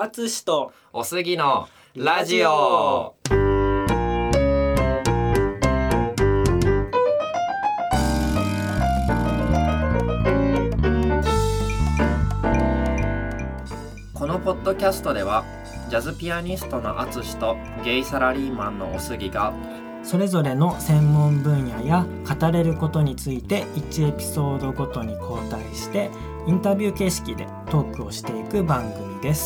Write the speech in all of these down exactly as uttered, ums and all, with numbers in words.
あつしとおすぎのラジオ。このポッドキャストではジャズピアニストのあつしとゲイサラリーマンのおすぎがそれぞれの専門分野や語れることについていちエピソードごとに交代してインタビュー形式でトークをしていく番組です。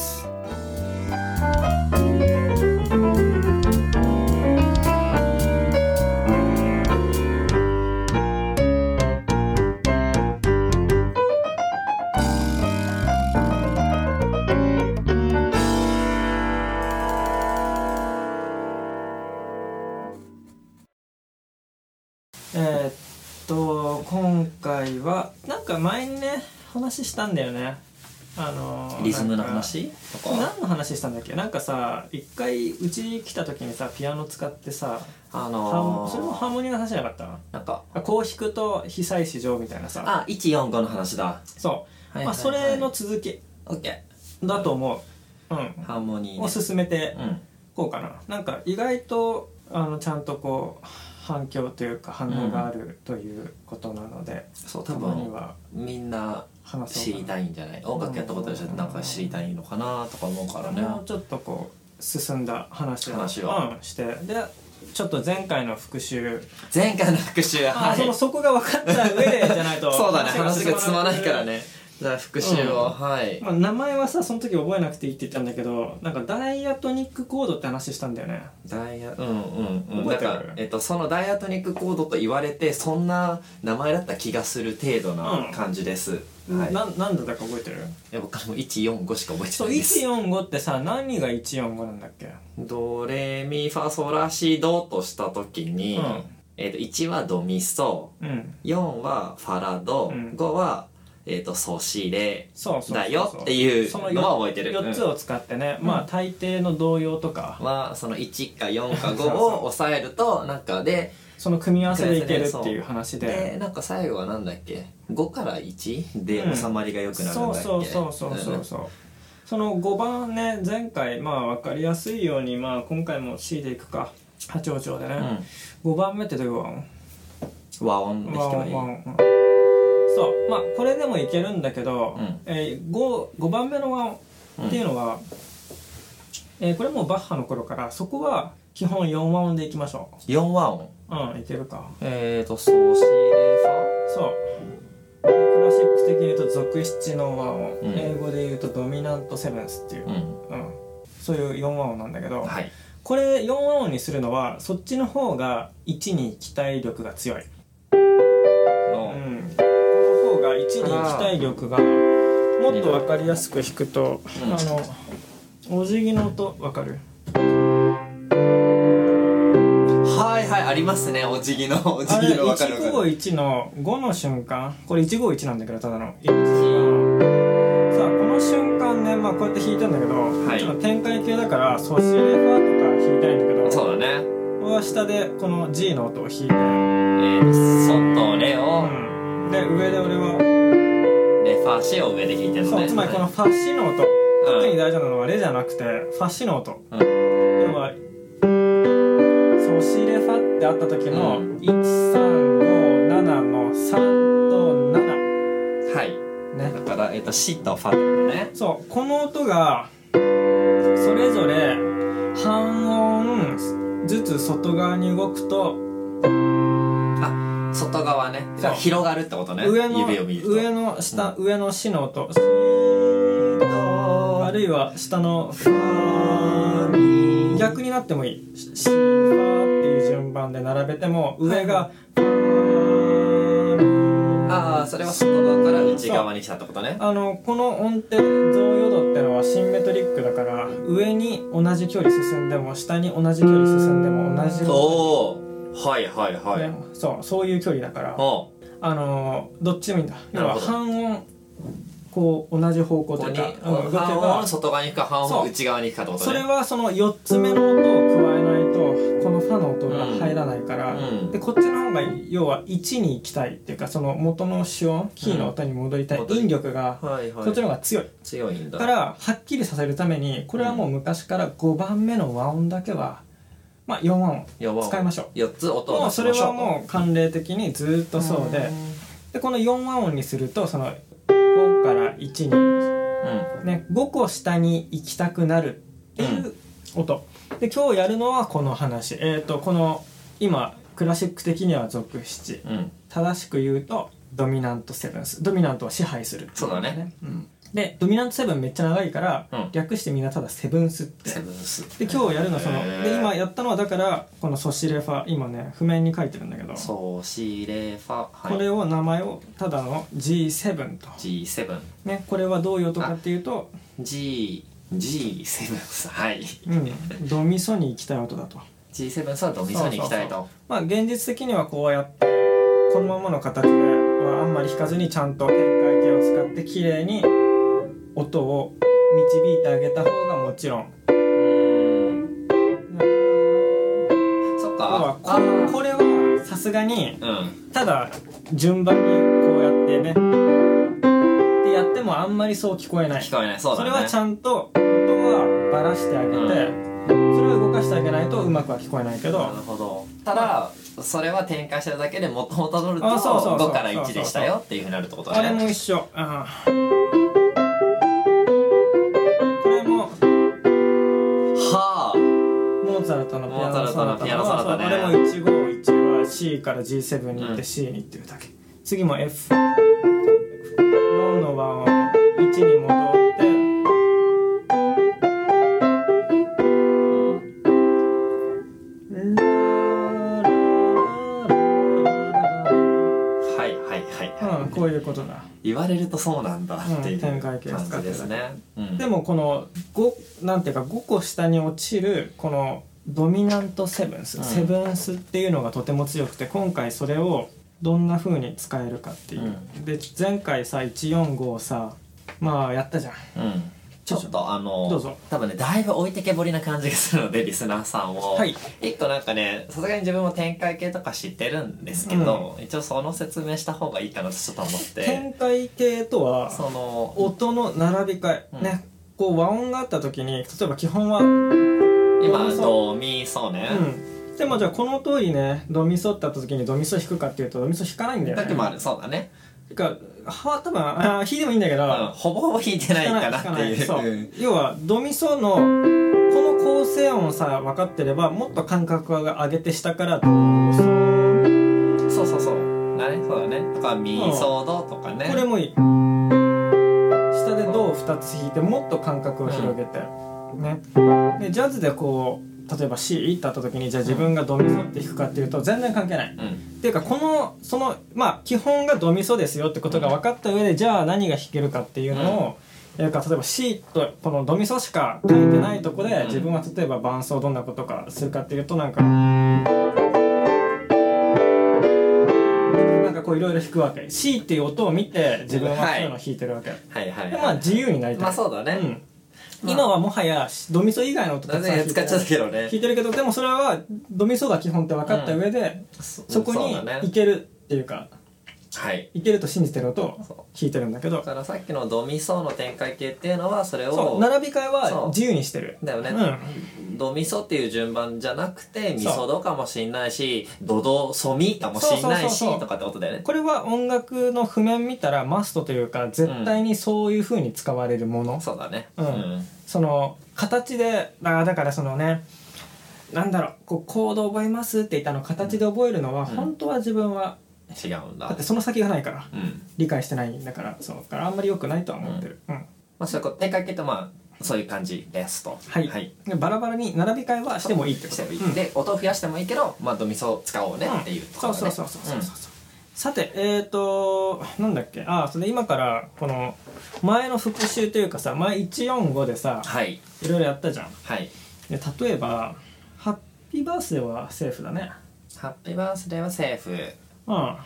えー、っと今回はなんか前にね話したんだよね。あのリズムの話とか何の話したんだっけ。なんかさ一回うちに来た時にさピアノ使ってさ、 あのー、 それもハーモニーの話じゃなかった？ なんかこう弾くと非彩子上みたいなさ。 あいちよんごの話だ。 そう、はいはいはい、まあ、それの続き OK だと思う。うん、 ハーモニー、ね、 を進めてこうかな、 うん、 なんか意外とあのちゃんとこう反響というか反応があるということなので、うん、 そう多分みんな知りたいんじゃない。音楽やったことでなんか知りたいのかなとか思うからね。 もうちょっとこう進んだ話を、 話を、 うん、してでちょっと前回の復習前回の復習は、 はい、そのそこが分かった上でじゃないとそうだね話が進まないからね。じゃあ復習を、うん、はい、 まあ、名前はさその時覚えなくていいって言ったんだけどなんかダイアトニックコードって話したんだよね。 ダイアうんうんうん覚えてる？ だから、えっと、そのダイアトニックコードと言われてそんな名前だった気がする程度な感じです、 うん、 はい、 ななんだったか覚えてる？ いや僕もいちよんごしか覚えてないです。 そういちよんごってさ何がいちよんごなんだっけ？ ドレミファソラシドとした時に、うんえっと、いちはドミソ、うん、よんはファラド、うん、ごはえー、とソシレだよっていうのは覚えてる。 よっつを使ってね、うん、まあ大抵の童謡とかはそのいちかよんかごを抑えるとなんかでその組み合わせでいけるっていう話で、 でなんか最後はなんだっけごからいちで収まりが良くなるんだっけ、うん、 そうそうそうそうそう、うん、そのごばんね前回まあ分かりやすいようにまあ今回も C でいくか八王朝でね、うん、ごばんめってどういう和音？ 和音で弾けばいい。 和音、うんそうまあこれでもいけるんだけど、うんえー、5, 5番目の和音っていうのは、うんえー、これもバッハの頃からそこは基本よん和音でいきましょう。よん和音うんいけるか。 えーとソシレファそうクラシック的に言うと属七の和音、うん、英語で言うとドミナントセブンスっていう、うんうん、そういうよん和音なんだけど、はい、これよん和音にするのはそっちの方がいちに期待力が強い。がいちに期待力がもっと分かりやすく弾くと、うん、あのお辞儀の音分かる？ はいはいありますねお辞儀のお辞儀の分かる分かる。 いちごいちのごの瞬間これいちごいちなんだけどただのいちさあこの瞬間ねまあこうやって弾いてんだけど、はい、ちょっと展開系だからソシレファとか弾いたいんだけどそうだねこれは下でこの G の音を弾いて、えー、ソとレを、うんで上で俺はレファシを上で弾いてるのね。 そうつまりこのファシの音、うん、特に大事なのはレじゃなくてファシの音、うん、要はソシレファってあった時の、うん、いちさんごななのさんとななはいねだから、えー、とシとファってことね。 そうこの音がそれぞれ半音ずつ外側に動くと外側ね広がるってことね。 上の指を見ると上の下、うん、上のシの音シあるいは下のファに逆になってもいいシファっていう順番で並べても上がファああそれは外側から内側にしたってことね。 あのこの音程増余度ってのはシンメトリックだから上に同じ距離進んでも下に同じ距離進んでも同じおーはいはいはい、 ね、そうそういう距離だからあのどっちでもいいんだ。要は半音こう同じ方向というか、 うん、半音外側に行くか半音内側に行くかってことね。 それはそのよっつめの音を加えないとこのファの音が入らないから、うん、でこっちの方が要はいちに行きたいっていうかその元の主音キーの音に戻りたい、うん、引力がこっちの方が強い、 強いんだからはっきりさせるためにこれはもう昔からごばんめの和音だけは、まあ、よん和音使いましょう。 よっつ音を出しましょう。 もうそれはもう慣例的にずっとそうで、でこのよん和音にするとそのごからいちに、うんね、ごこ下に行きたくなるっていう音、うん、で今日やるのはこの話、えーとこの今クラシック的には属七、うん、正しく言うとドミナントセブンス、ドミナントは支配する、ね、 そうだね、 うん、でドミナントセブンめっちゃ長いから、うん、略してみんなただセブンスってセブンスで今日やるのそので今やったのはだからこのソシレファ今ね譜面に書いてるんだけどソシレファ、はい、 これを名前をただの ジーセブン とジーセブン、 ね、これはどういう音かっていうと Gジーセブン はい、 うん、ドミソに行きたい音だとジーセブン はドミソに行きたいと、そうそうそう、まあ現実的にはこうやってこのままの形ではあんまり弾かずにちゃんと展開系を使って綺麗に音を導いてあげた方がもちろん、うーん、 そっか、 こ, これはさすがに、うん、ただ順番にこうやってねってやってもあんまりそう聞こえない、 聞こえない、そうだね、 それはちゃんと音はばらしてあげて、うんそれを動かしてあげないとうまくは聞こえないけど、 なるほど。ただそれは展開してるだけでもともと取るとごからいちでしたよっていうふうになるってことだね。 あれも一緒、うん、これもはあモーツァルトのピアノソナタのあれもいちごいちは C から ジーセブン に行って C に行ってるだけ、うん、次も F よんの和音いちに戻ってこういうことだ。 言われるとそうなんだっていう、うん、 展開系使ってですね、うん、 でもこのごなんていうかごこ下に落ちるこのドミナントセブンス、うん、セブンスっていうのがとても強くて今回それをどんな風に使えるかっていう、うん、で前回さいちよんごをさまあやったじゃん、うんちょっとあのどうぞ多分ねだいぶ置いてけぼりな感じがするのでリスナーさんを、はい、一個なんかねさすがに自分も展開系とか知ってるんですけど、うん、一応その説明した方がいいかなとちょっと思って展開系とはその音の並び替え、うん、ねこう和音があった時に例えば基本は今ドミソね、 うん、でもじゃあこの通りねドミソってあった時にドミソ弾くかっていうとドミソ弾かないんだよね時もあるそうだねてかは多分あ弾いてもいいんだけど、うん、 ほぼほぼ弾いてないかなっていうそう要はドミソのこの構成音さ分かってればもっと感覚を上げて下からドソそうそうそうだねそうだねとかミソドとかねこれもいい下でドをふたつ弾いてもっと感覚を広げて、うん、ねでジャズでこう例えば C ってあった時にじゃあ自分がドミソって弾くかっていうと全然関係ない、うん、っていうかこのそのまあ基本がドミソですよってことが分かった上でじゃあ何が弾けるかっていうのを、うん、やるか例えば C とこのドミソしか書いてないとこで自分は例えば伴奏どんなことかするかっていうとなんかなんかこういろいろ弾くわけ C っていう音を見て自分はそういうのを弾いてるわけ、はいはいはいはい、でまあ自由になりたいまあそうだね、 うん今はもはやドミソ以外の音たくさん弾いてる、けどね、 弾いてるけどでもそれはドミソが基本って分かった上で、うん、そ, そこにいけるっていうか、はい、いけると信じてる音を弾いてるんだけどだからさっきのドミソの展開系っていうのはそれをそう並び替えは自由にしてるだよね、うん、ドミソっていう順番じゃなくてミソドかもしんないしドドソミかもしんないしとかってことだよねこれは音楽の譜面見たらマストというか絶対にそういう風に使われるもの、 うん、そうだねうん、うんその形であだからそのねなんだろうこうコード覚えますって言ったの形で覚えるのは、うん、本当は自分は違うんだだってその先がないから、うん、理解してないんだからそうだからあんまり良くないとは思ってる、うんうん、 まあそれこう展開系とまあそういう感じですとはい、はい、バラバラに並び替えはしてもいいってことしてもいい、うん、で音を増やしてもいいけどまあドミソ使おうねっていうところ、ねそうそうそうそうそうそう、うんさてえーとなんだっけあそれ今からこの前の復習というかさ前いちよんごでさ、はい、いろいろやったじゃん、はい、で例えばハッピーバースデーはセーフだねハッピーバースデーはセーフうん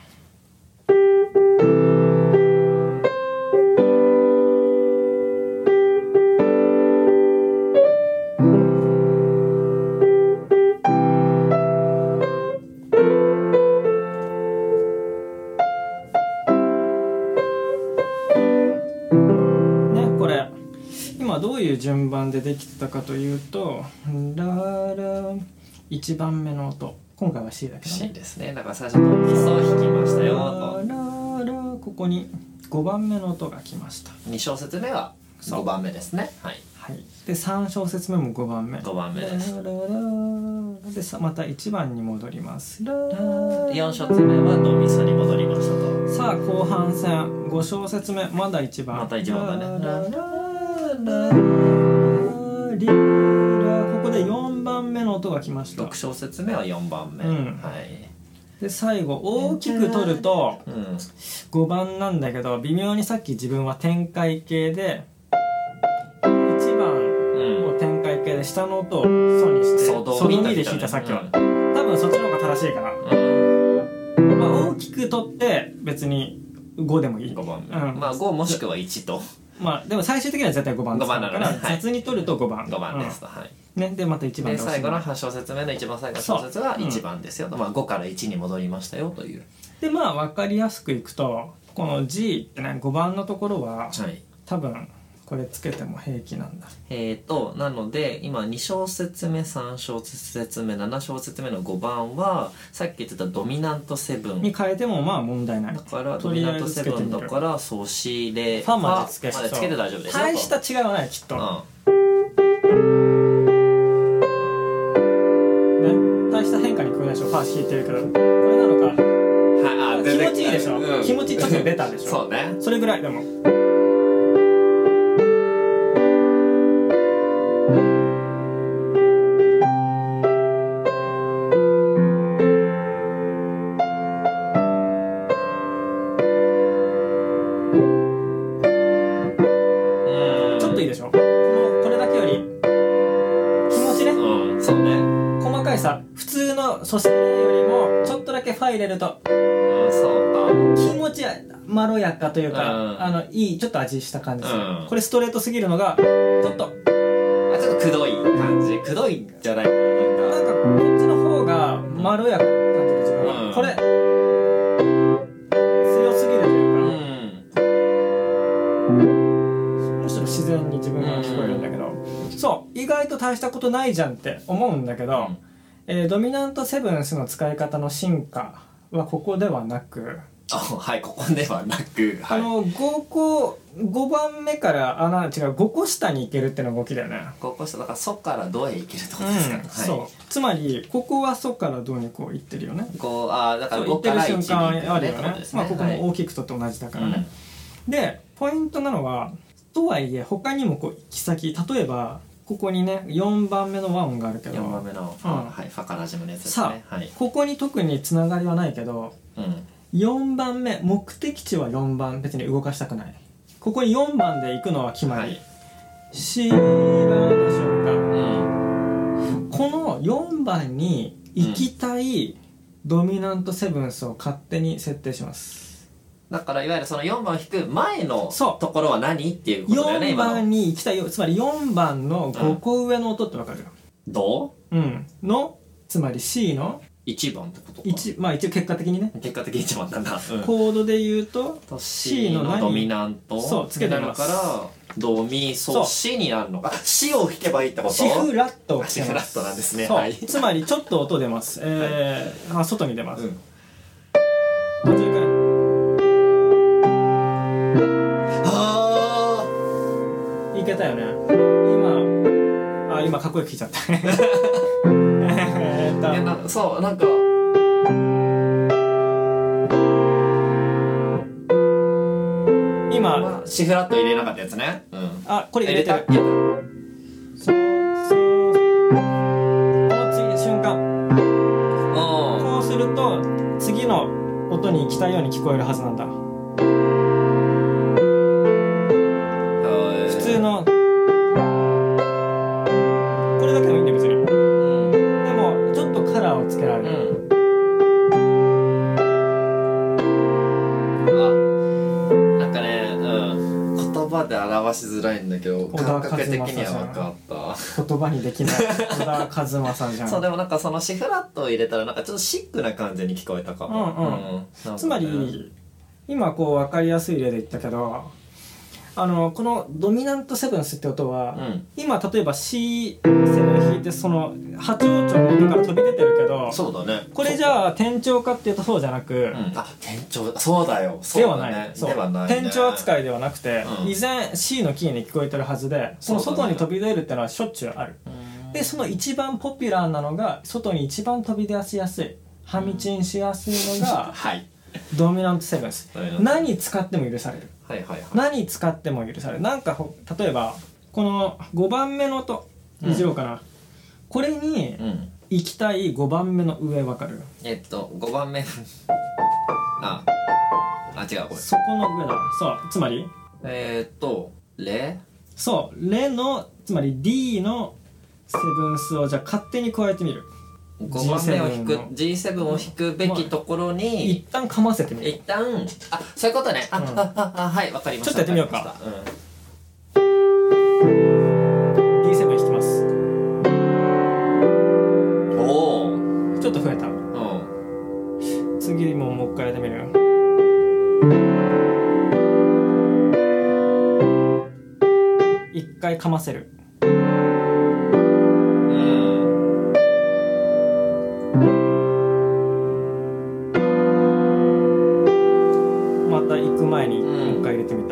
順番でできたかというとララいちばんめの音、今回は C だけどね。 C ですね。だから最初のミソを弾きましたよと。 ララここにごばんめの音が来ました。 に小節目はごばんめですね。はい、 はい、でさん小節目もごばんめごばんめです。 ラララでさまたいちばんに戻ります。ラよん小節目はドミソに戻りましたと。 さあ後半戦ご小節目まだいちばん、 またいちばんだね。 ラララリラここでよんばんめの音が来ました。 ろく小節目はよんばんめ、 うん、 はい。 で最後大きく取るとごばんなんだけど、微妙にさっき自分は展開形でいちばんを展開形で下の音をソにしてソドミで弾いたさっきは、多分そっちの方が正しいから、うん、まあ大きく取って別にごでもいい。 ごばんめ、うん、まあごもしくはいちと、 まあでも最終的には絶対ごばんだから、 ね、 雑に取るとごばん、 ごばんですと、はいね、でまたいちばんで最後のはち小節目の一番最後の小節はいちばんですよと、うん、まあごからいちに戻りましたよという。 でまあ分かりやすくいくとこの G ってねごばんのところは、はい、多分これつけても平気なんだ。 えーとなので今に小節目さん小節目なな小節目のごばんはさっき言ってたドミナントセブンに変えてもまあ問題ない。 だからドミナントセブンだからソシレファまでつけまでつけて大丈夫ですよ。 大した違いはないきっと、うんね、大した変化に聞こえないでしょ。ファー弾いてるけどこれなのか、はい、あ気持ちいいでしょ、うん、気持ちちょっとベタでしょそうね、 それぐらいでもそしてよりもちょっとだけファ入れると、うん、そうか気持ちまろやかというか、うん、あのいいちょっと味した感じです、うん、これストレートすぎるのがちょっとあちょっとくどい感じ、くどいんじゃないかな、 なんかこっちの方がまろやかな感じで自分は、うん、これ強すぎるというか、うん、むしろ自然に自分は聞こえるんだけど、うん、そう意外と大したことないじゃんって思うんだけど、うんえー、ドミナントセブンスの使い方の進化はここではなく、 あはいここではなく、はい、 あのごこごばんめからあな違うごこ下に行けるっていうのが大きいだよね。 ごこ下だからソからドへ行けるってことですか、うんはい、 そうつまりここはソからドにこう行ってるよね。 ごあだからごからいちに行ってる瞬間あるよね、ねまあ、ここも大きくとって同じだからね、はい、でポイントなのはとはいえ他にもこう行き先例えばここにねよんばんめの和音があるけどよんばんめの、うんはい、ファから始まるやつですね。 さあ、 はい、 ここに特につながりはないけど、うん、よんばんめ目的地はよんばん別に動かしたくない。ここによんばんで行くのは決まり、はい、シーラの瞬間、うん、このよんばんに行きたいドミナントセブンスを勝手に設定します。 だからいわゆるそのよんばんを弾く前のところは何っていうことだよね。 よんばんに行きたい、つまりよんばんのごこ上の音ってわかる、 うん、どううんのつまり C のいちばんってことか。 まあ一応結果的にね結果的にいちばんなんだ、うん、 コードで言うと C のドミナントそうつけてますからドミソシになるのか。シを弾けばいいってこと。 シフラットシフラットなんですね。 そう、 はい、 つまりちょっと音出ます、えーはい、あ外に出ます、うん、途中からいけたよね。今あ今かっこよく弾いちゃったえっといやなそうなんか今シフラット入れなかったやつね、うん、 あこれ入れてる入れたそうそうこの次瞬間こうすると次の音に行きたいように聞こえるはずなんだ。普通のこれだけでもいいんだよ別に、うん、でもちょっとカラーをつけられる、うんあなんかね、うん、言葉で表しづらいんだけど感覚的には分かった言葉にできない小田和正じゃんそうでもなんかそのシフラットを入れたらなんかちょっとシックな感じに聞こえたかも、 うんうんうんね、つまり今こう分かりやすい例で言ったけどあのこのドミナントセブンスって音は、うん、今例えば シーセブン 弾いてその波長長の音から飛び出てるけど、 そうだね、 これじゃあ転調かっていうとそうじゃなく、うん、 あ転調そうだよ、 そうだね、ではない、そう、ではないね、転調扱いではなくて、うん、依然 シー のキーに聞こえてるはずで、その外に飛び出るっていうのはしょっちゅうある。でその一番ポピュラーなのが、外に一番飛び出しやすい、ハミチンしやすいのが、はい、ドミナントセブンス。何使っても許される、はいはいはい、何使っても許される。なんか例えばこのごばんめの音いじろうかな、うん、これに行きたいごばんめの上わかる？ えっとごばんめああ違う、これそこの上だ。そう、つまりえー、っとレ、 そうレのつまり D のセブンスをじゃあ勝手に加えてみる。 ごばんめを弾く ジーセブン を弾くべきところに、まあ、 一旦かませてみる。 一旦あそういうことね、あ、うん、あああはいわかりました。 ちょっとやってみようか。うん、ディーセブン 弾きます。おおちょっと増えた。うん、次ももう一回やってみるよ。一回かませる。また行く前にもう一回入れてみた。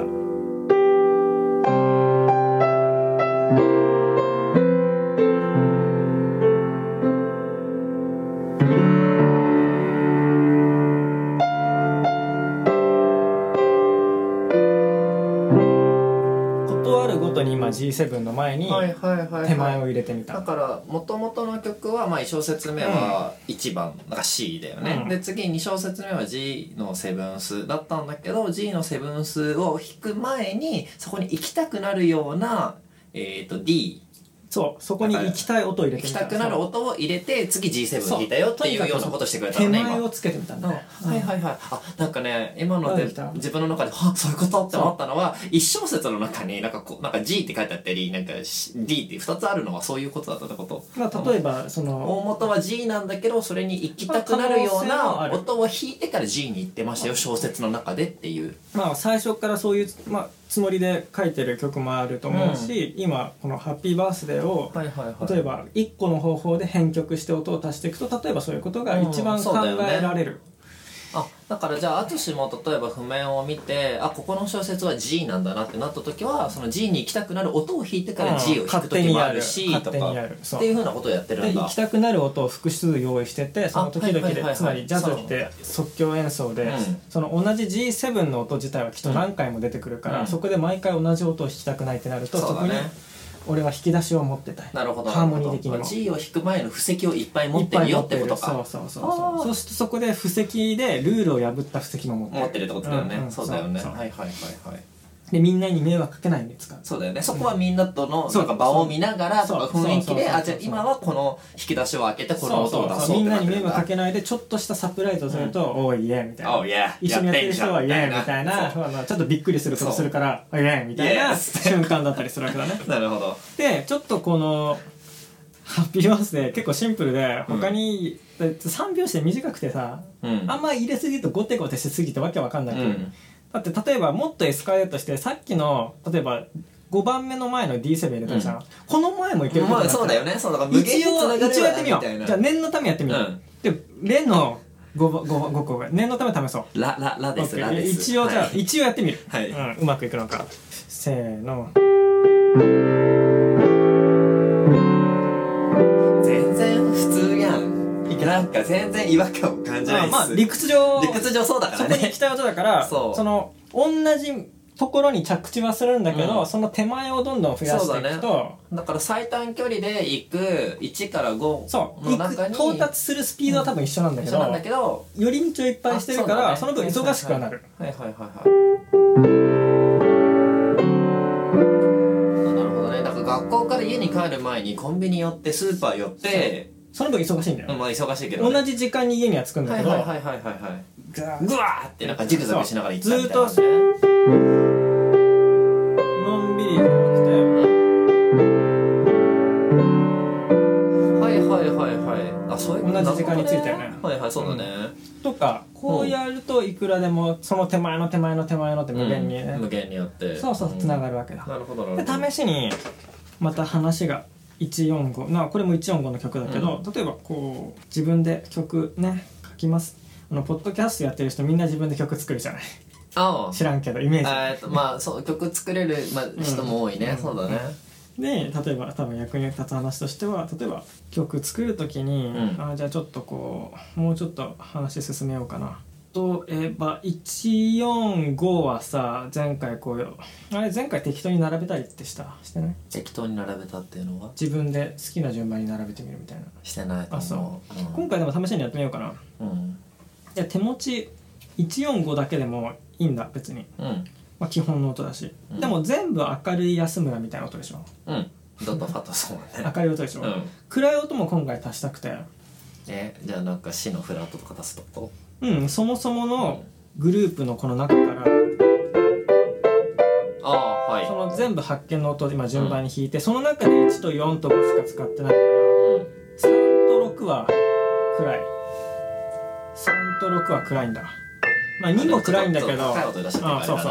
今 ジーセブン の前に手前を入れてみた。 だから元々の曲はまあいち小節目はいちばんなんか シー だよね、うん、で次に小節目は ジー のセブンスだったんだけど ジー のセブンスを弾く前にそこに行きたくなるような、えー、と D、 そうそこに行きたい音を入れてみた。 行きたくなる音を入れて次 ジーセブン 弾いたよっていうようなことしてくれたのね。 手前をつけてみたんだね、 うん、はいはいはい。あなんかね今ので自分の中ではそういうことって思ったのは、いち小節の中になんかこうなんか G って書いてあったりなんか D ってふたつあるのはそういうことだったってこと。 まあ例えばその大元は G なんだけどそれに行きたくなるような音を弾いてから G に行ってましたよ小節の中でっていう。 まあ最初からそういうまあつもりで書いてる曲もあると思うし、うん、今この「ハッピーバースデー」を、はいはいはい、例えばいっこの方法で編曲して音を足していくと例えばそういうことが一番考えられる、 うん、あだからじゃあ淳も例えば譜面を見てあここの小節は G なんだなってなった時はその G に行きたくなる音を弾いてから G を弾く時もあるし、うん、とかっていうふうなことをやってるんだ。 で行きたくなる音を複数用意しててその時々でつまりジャズって即興演奏で、うん、その同じ ジーセブン の音自体はきっと何回も出てくるから、うん、そこで毎回同じ音を弾きたくないってなると そ,、ね、そこに俺は引き出しを持ってたい。 なるほど。 ハーモニー的にも G を弾く前の布石をいっぱい持ってるよってことか。 そうそうそうそう。そうするとそこで布石でルールを破った布石も持ってる。 持ってるってことだよね。うんうん、そうだよね。はいはいはいはい。 でみんなに迷惑かけないように使う。 そうだよね。そこはみんなとのなんか場を見ながらとか雰囲気であじゃあ今はこの引き出しを開けてこの音を出そうってみんなに迷惑かけないでちょっとしたサプライズをすると「おいイエー」みたいな。 「おいイエー」 一緒にやってる人は「イエー」みたいなちょっとびっくりすることするから「おいイエー」みたいな瞬間だったりするわけだね。 なるほど。 でちょっとこのハッピーバースデー結構シンプルで他にさんびょうしで短くてさあんま入れすぎるとゴテゴテしすぎてわけわかんないけどだって例えばもっとエスカレートしてさっきの例えばごばんめの前の ディーセブン 入れたじゃん、うん、この前もいけることになったら、まあ、 そうだよね。そうだから無限につながる一応やってみよう。じゃあ念のためやってみよう、うん、でレの 5, 5, 5個が念のため試そう。 ラララですラです。 一応じゃあ、はい、一応やってみる、はいうん、うまくいくのか。せーの。 全然普通やん。なんか全然違和感を感じないです。 まあ理屈上理屈上そうだからね。 そこに行きたい音だからその同じところに着地はするんだけど、うん、その手前をどんどん増やしていくと だ,、ね、 だから最短距離で行くいちからごの中に到達するスピードは多分一緒なんだけど、うん、一緒なんだけど寄り道をいっぱいしてるから そ,、ね、その分忙しくはなる。 はいはいはいはい。なるほどね。だから学校から家に帰る前にコンビニ寄ってスーパー寄ってその分忙しいんだよ、 うん、まあ忙しいけど、ね、 同じ時間に家には着くんだけどはいはいはいはいはいグワーってなんかジグザグしながら行ったみたいな、ね、 ずーっとのんびりじゃなくてはいはいはいはいあそういう同じ時間に着いたよね。 はいはいそうだね、 うん、とかこうやるといくらでもその手前の手前の手前のって無限にね、 うん、無限によってそうそうつながるわけだ、 うん、なるほどなるほど。 で試しにまた話がいちよんごなこれもいちよんごの曲だけど、うん、例えばこう自分で曲ね書きます。あのポッドキャストやってる人みんな自分で曲作るじゃない。 ああ知らんけどイメージ、 えー、とまあそう曲作れる、まあ、人も多いね、うん、そうだね。 で例えば多分役に立つ話としては例えば曲作る時に、うん、あじゃあちょっとこうもうちょっと話進めようかな。例えばいちよんごはさ前回こうあれ前回適当に並べたりってしたしてない？ 適当に並べたっていうのは自分で好きな順番に並べてみるみたいな。 してないと思う。 あそう、うん、今回でも試しにやってみようかな、うん、いや手持ちいちよんごだけでもいいんだ別に、うんまあ、基本の音だし、うん、でも全部明るい安村みたいな音でしょ。 うんドットファットそうだね明るい音でしょ、うん、暗い音も今回足したくてえじゃあなんかシのフラットとか足すとうんそもそものグループのこの中から、 ああはいその全部発見の音を今順番に弾いて、うん、その中でいちとよんとごしか使ってないから、うん、さんとろくは暗いさんとろくは暗いんだ。まあにも暗いんだけど高い音出しちゃってるからそうそう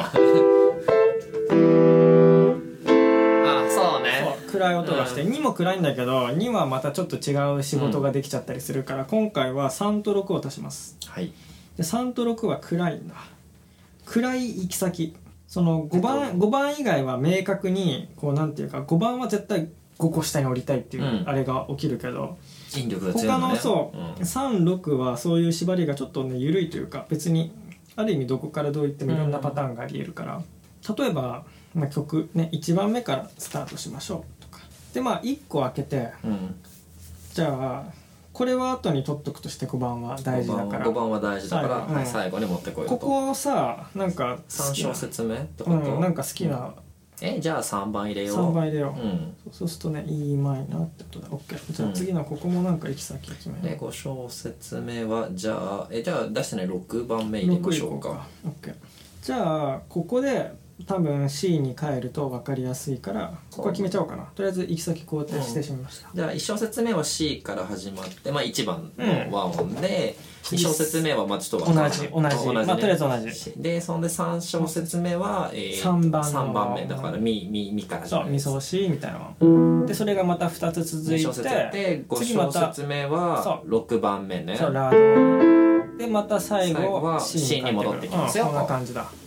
あそうねそう暗い音がして、うん、にも暗いんだけどにはまたちょっと違う仕事ができちゃったりするから、うん、今回はさんとろくを足します。はいでさんとろくは暗いんだ。暗い行き先そのごばんごばん以外は明確にこうなんていうかごばんは絶対ごこ下に降りたいっていうあれが起きるけど、 うん、引力が強いのね。 他のそう、うん、さんろくはそういう縛りがちょっとね緩いというか別にある意味どこからどういってもいろんなパターンがありえるから、うん、例えば、まあ、曲ねいちばんめからスタートしましょうとかでまあいっこ開けて、うん、じゃあこれは後に取っとくとしてごばんは大事だからごばんは大事だから、はいうん、最後に持ってこいと。 ここをさなんか参照説明ってこと、 うん、なんか好きな、うん、 えじゃあさんばん入れよう。 さんばん入れよう、うん、そうするとね E マイナーってことだ。 OK じゃあ次のここもなんか行き先決めよう、 うん、でご小説目はじゃあえじゃあ出してないろくばんめ入れましょうか。ろく行こうか OK じゃあここで多分 C に変えると分かりやすいからここは決めちゃおうかな。とりあえず行き先肯定してしまいました、 うん、じゃあいち小節目は C から始まってまあいちばんの和音で、うん、に小節目はまあちょっと同じ同じ同じ、ね、まあとりあえず同じでそんでさん小節目は、えー、さんばんさんばんめだからミミミからそうミソシみたいなのでそれがまたふたつ続いてに小節でご小節目はろくばんめね。 そうラードでまた最後は C に, C に戻ってきますよ、 うん、こんな感じだ。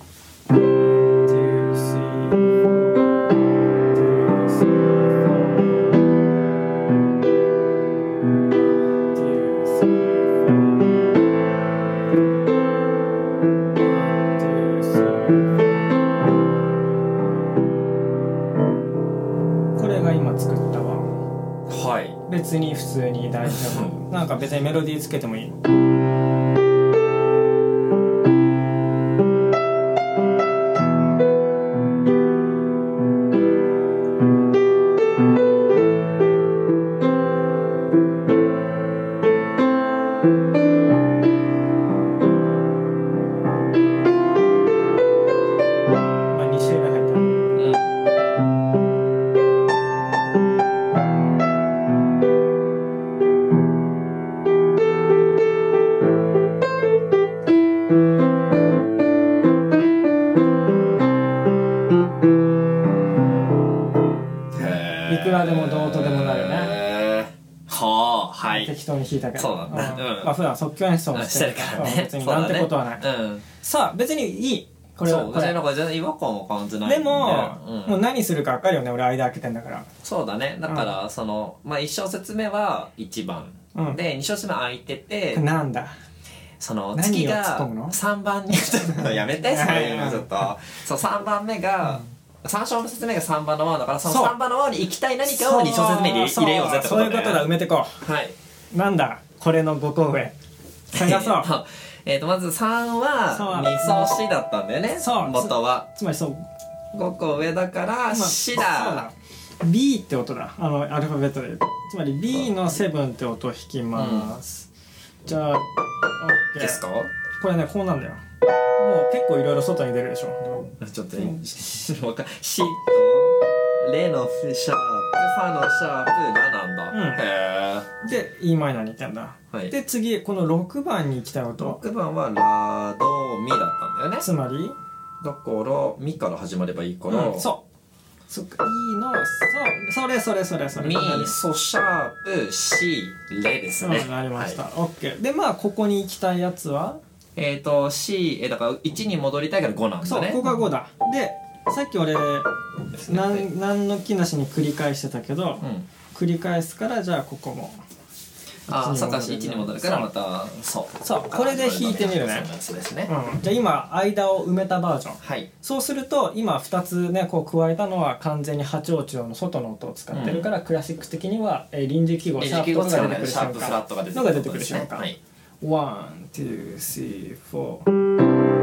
別に普通に大丈夫なんか別にメロディーつけてもいい。いくらでもどうとでもなるね。 はあ、はい。 適当に弾いたけど。 そうなんだ。 うん。まあ普段即興演奏してるからね。別になんてことはない。うん。さあ別にいい。これはそう。別になんか全然違和感は感じない。 でも、もう何するか分かるよね。俺間開けてんだから。 そうだね。だからそのまあいち小節目はいちばんでに小節目開いてて。 なんだ。 その次がさんばんにちょっとやめてそういうのちょっと。そうさんばんめが。さん小節目がさんばんの和だからそのさんばんの和に行きたい何かをに小節目に入れようぜってことね。そういうことだ。埋めてこう。はい。なんだこれのごこ上探そう。 えっとまずさんはミソシだったんだよね。そう元はつまりそうごこ上だからシだ。 B って音だ。あのアルファベットでつまり B のセブンって音を弾きます、うん、じゃあ OK ですか。 これねこうなんだよ。もう結構いろいろ外に出るでしょ。 ちょっと分かる。シとレのシャープファのシャープラなんだ、うん、へえで イーマイナーに行ったんだ、はい、で次このろくばんに行きたい音、 ろくばんはラドミだったんだよね。 つまりだからミから始まればいいから、 うん、そうそっか、イのそそれそれそれそれミソシャープシレですね。 なりました、はい、OK でまあここに行きたいやつはえっ、ー、と C えだからいちに戻りたいからごなんだね。 そうここがごだ。でさっき俺何何の気なしに繰り返してたけど、うん、繰り返すからじゃあここもああさかしいちに戻るからまたそうそうこれで弾いてみるね。 そうですね、 うん、じゃあ今間を埋めたバージョン、はい、そうすると今ふたつねこう加えたのは完全に波長長の外の音を使ってるから、うん、クラシック的には、えー、臨時記号シャープとかが出てくる瞬間のが出てくる瞬間、はい、ワン、ツー、スリー、フォー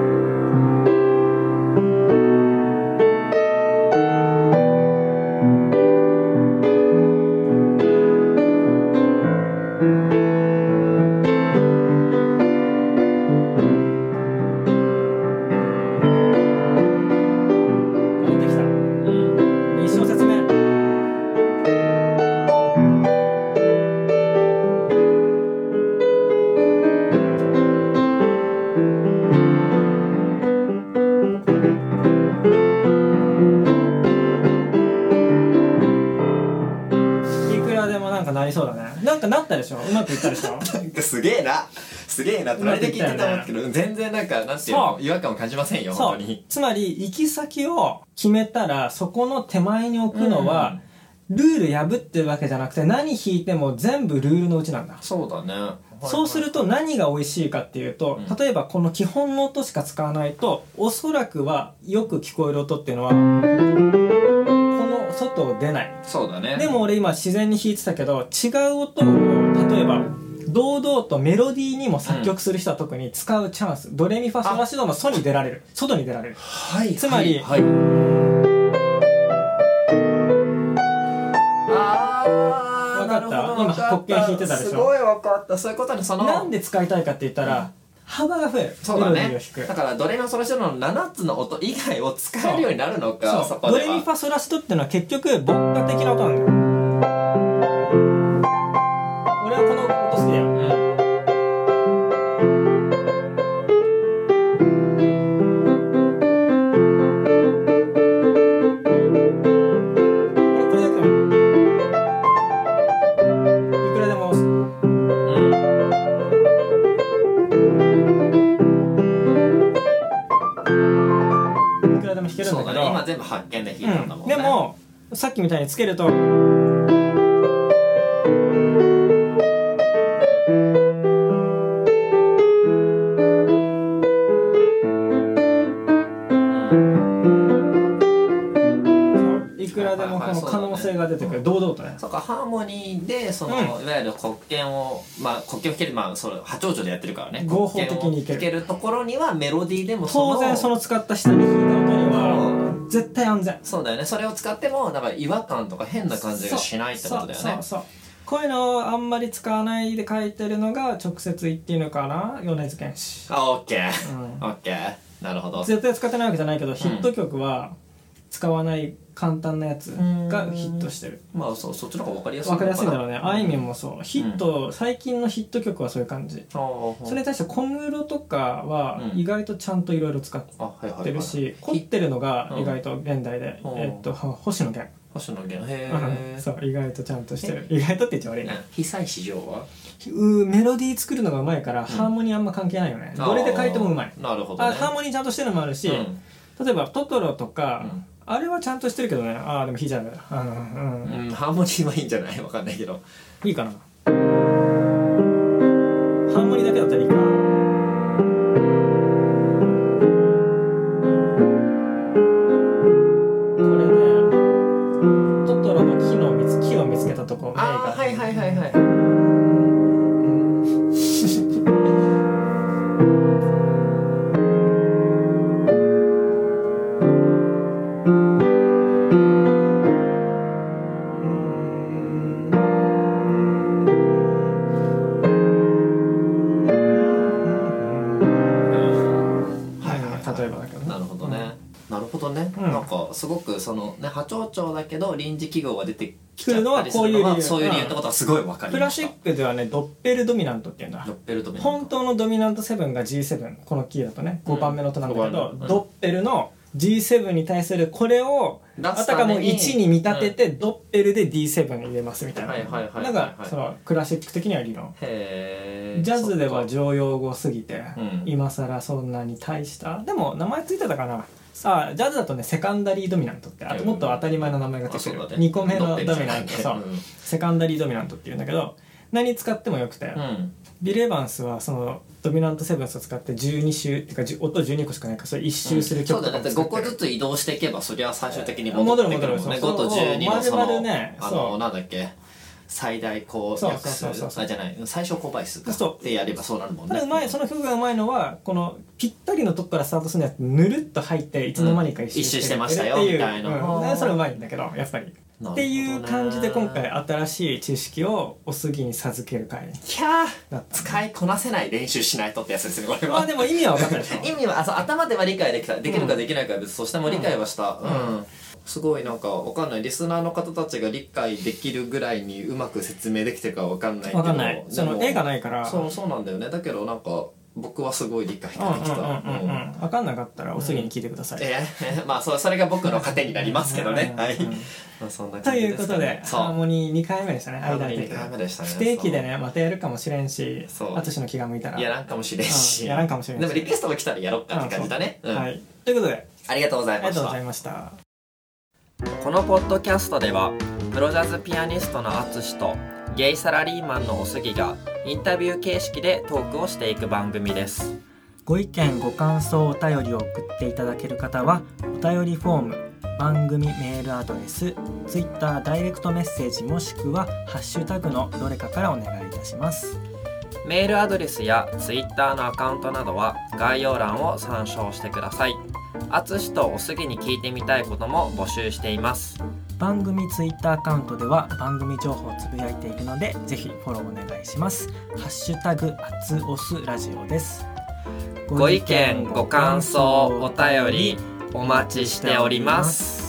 なったでしょ、うまくいったでしょなんかすげえなすげえな隣で聞いてたんですけど、ね、全然なんかなんていうの違和感を感じませんよ本当に。 つまり行き先を決めたらそこの手前に置くのは、うん、ルール破ってるわけじゃなくて何弾いても全部ルールのうちなんだ。 そうだね。 そうすると何が美味しいかっていうと、うん、例えばこの基本の音しか使わないとおそらくはよく聞こえる音っていうのは外出ない。 そうだね。 でも俺今自然に弾いてたけど違う音を例えば堂々とメロディーにも作曲する人は特に使うチャンス、うん、ドレミファソラシドのソに出られる、外に出られる、 はい、 つまり、 はいはい、あ分かった。今黒鍵弾いてたでしょ。 すごい分かった。そういうことにそのなんで使いたいかって言ったら、うん、幅が増える。 そうだね。だからドレミファソラシドのななつの音以外を使えるようになるのか。 そうそう、ドレミファソラシドっていうのは結局牧歌的な音なんだよ。俺はこの音好きだよ。 今全部発見で弾いたんだもんね、 うん、でもさっきみたいにつけるといくらでもこの可能性が出てくる、堂々とね。 そうか、ハーモニーでその、うん、いわゆる黒鍵をまあ黒鍵を弾ける、まあそれ波長長でやってるからね、 合法的にいける弾けるところにはメロディーでもその当然その使った下に弾いた音には絶対安全。 そうだよね。それを使ってもなんか違和感とか変な感じがしないってことだよね。そうそうそう、 こういうのをあんまり使わないで書いてるのが直接言っていいのかな、米津玄師。 あ、オッケー、オッケー、なるほど。 絶対使ってないわけじゃないけど、うん、ヒット曲は使わない簡単なやつがヒットしてる。 まあそう、そっちの方が分かりやすい分かりやすいんだろうね。あいみょんもそう、ヒット、うん、最近のヒット曲はそういう感じ、うん、それに対して小室とかは意外とちゃんといろいろ使ってるし、凝ってるのが意外と現代で、うん、えっと星野源星野源へえそう、意外とちゃんとしてる。意外とって言っちゃ悪いね。 被災市場はうメロディー作るのがうまいから、うん、ハーモニーあんま関係ないよね。どれで書いてもうまい。 なるほど、ね、 あ、ハーモニーちゃんとしてるのもあるし、うん、例えばトトロとか、うん、あれはちゃんとしてるけどね。ああ、でも弾いちゃうあの、 うん、うん、ハーモニーはいいんじゃない？わかんないけど。 いいかな。ハーモニーだけだったらいいかな。これね、トトロの木の見つ木を見つけたとこ。 ああ、はいはいはいはい。 すごくそのね波長長だけど臨時記号が出てきちゃったりするのはそういう理由ってことはすごい分かりました。 クラシックではねドッペルドミナントっていうんだ。 ドッペルドミナント。 本当のドミナントセブンが ジーセブン、 このキーだとねごばんめの音なんだけど、うん、ドッペルの ジーセブン に対するこれをあたかもいちに見立てて、うん、ドッペルで ディーセブン に入れますみたいな、はいはいはいはい、なんかそのクラシック的には理論。 へー。 ジャズでは常用語すぎて、うん、今更そんなに大したでも名前ついてたかな。さあジャズだとねセカンダリードミナントってあともっと当たり前の名前がついてる、うん、にこめのドミナント、そう、うん、セカンダリードミナントっていうんだけど何使ってもよくて、うん、ビル・エヴァンスはそのドミナントセブンスを使ってじゅうに周っていうか音じゅうにこしかないからそれいち周する曲とかも使ってる、うん、そうだね。ごこずつ移動していけばそりゃ最終的に戻ってくるもんね。ごとじゅうにのその、丸々ね、あのなんだっけ最大公約数あじゃない最小公倍数ってやればそうなるもんね。ただうまいその曲がうまいのはこのぴったりのとこからスタートするのやつぬるっと入っていつの間にか一周してるっていう、うん、一周してましたよみたいな、うん、それうまいんだけどやっぱりっていう感じで今回新しい知識をおすぎに授ける回。 キャー使いこなせない練習しないとってやつですねこれは。 まあでも意味は分かったでしょ意味はあそう頭では理解できたできるかできないかは別、うん、そしても理解はした、うん、うん、すごいなんか分かんないリスナーの方たちが理解できるぐらいにうまく説明できてるかは分かんないけど分かんないその絵がないからそうそうなんだよね。だけどなんか僕はすごい理解できた。 分かんなかったらお次に聞いてください、うん、 えー、まあ そ, それが僕の糧になりますけどねはい、まあ、そんな感じですかね。 ということでハーモニーにかいめでしたね。 間にかいめでしたね。 不定期でねまたやるかもしれんし淳の気が向いたらやらんかもしれんし、 うん、やらんかもしれんしでもリクエストが来たらやろっかって感じだね、うん、 はい。ということでありがとうございました。 ありがとうございました。 このポッドキャストではプロジャズピアニストの淳とゲイサラリーマンのおすぎがインタビュー形式でトークをしていく番組です。 ご意見ご感想お便りを送っていただける方はお便りフォーム、番組メールアドレス、ツイッターダイレクトメッセージもしくはハッシュタグのどれかからお願いいたします。 メールアドレスやツイッターのアカウントなどは概要欄を参照してください。淳とおすぎに聞いてみたいことも募集しています。 番組ツイッターアカウントでは番組情報をつぶやいているのでぜひフォローお願いします。ハッシュタグあつおすラジオです。 ご意見ご感想お便りお待ちしております。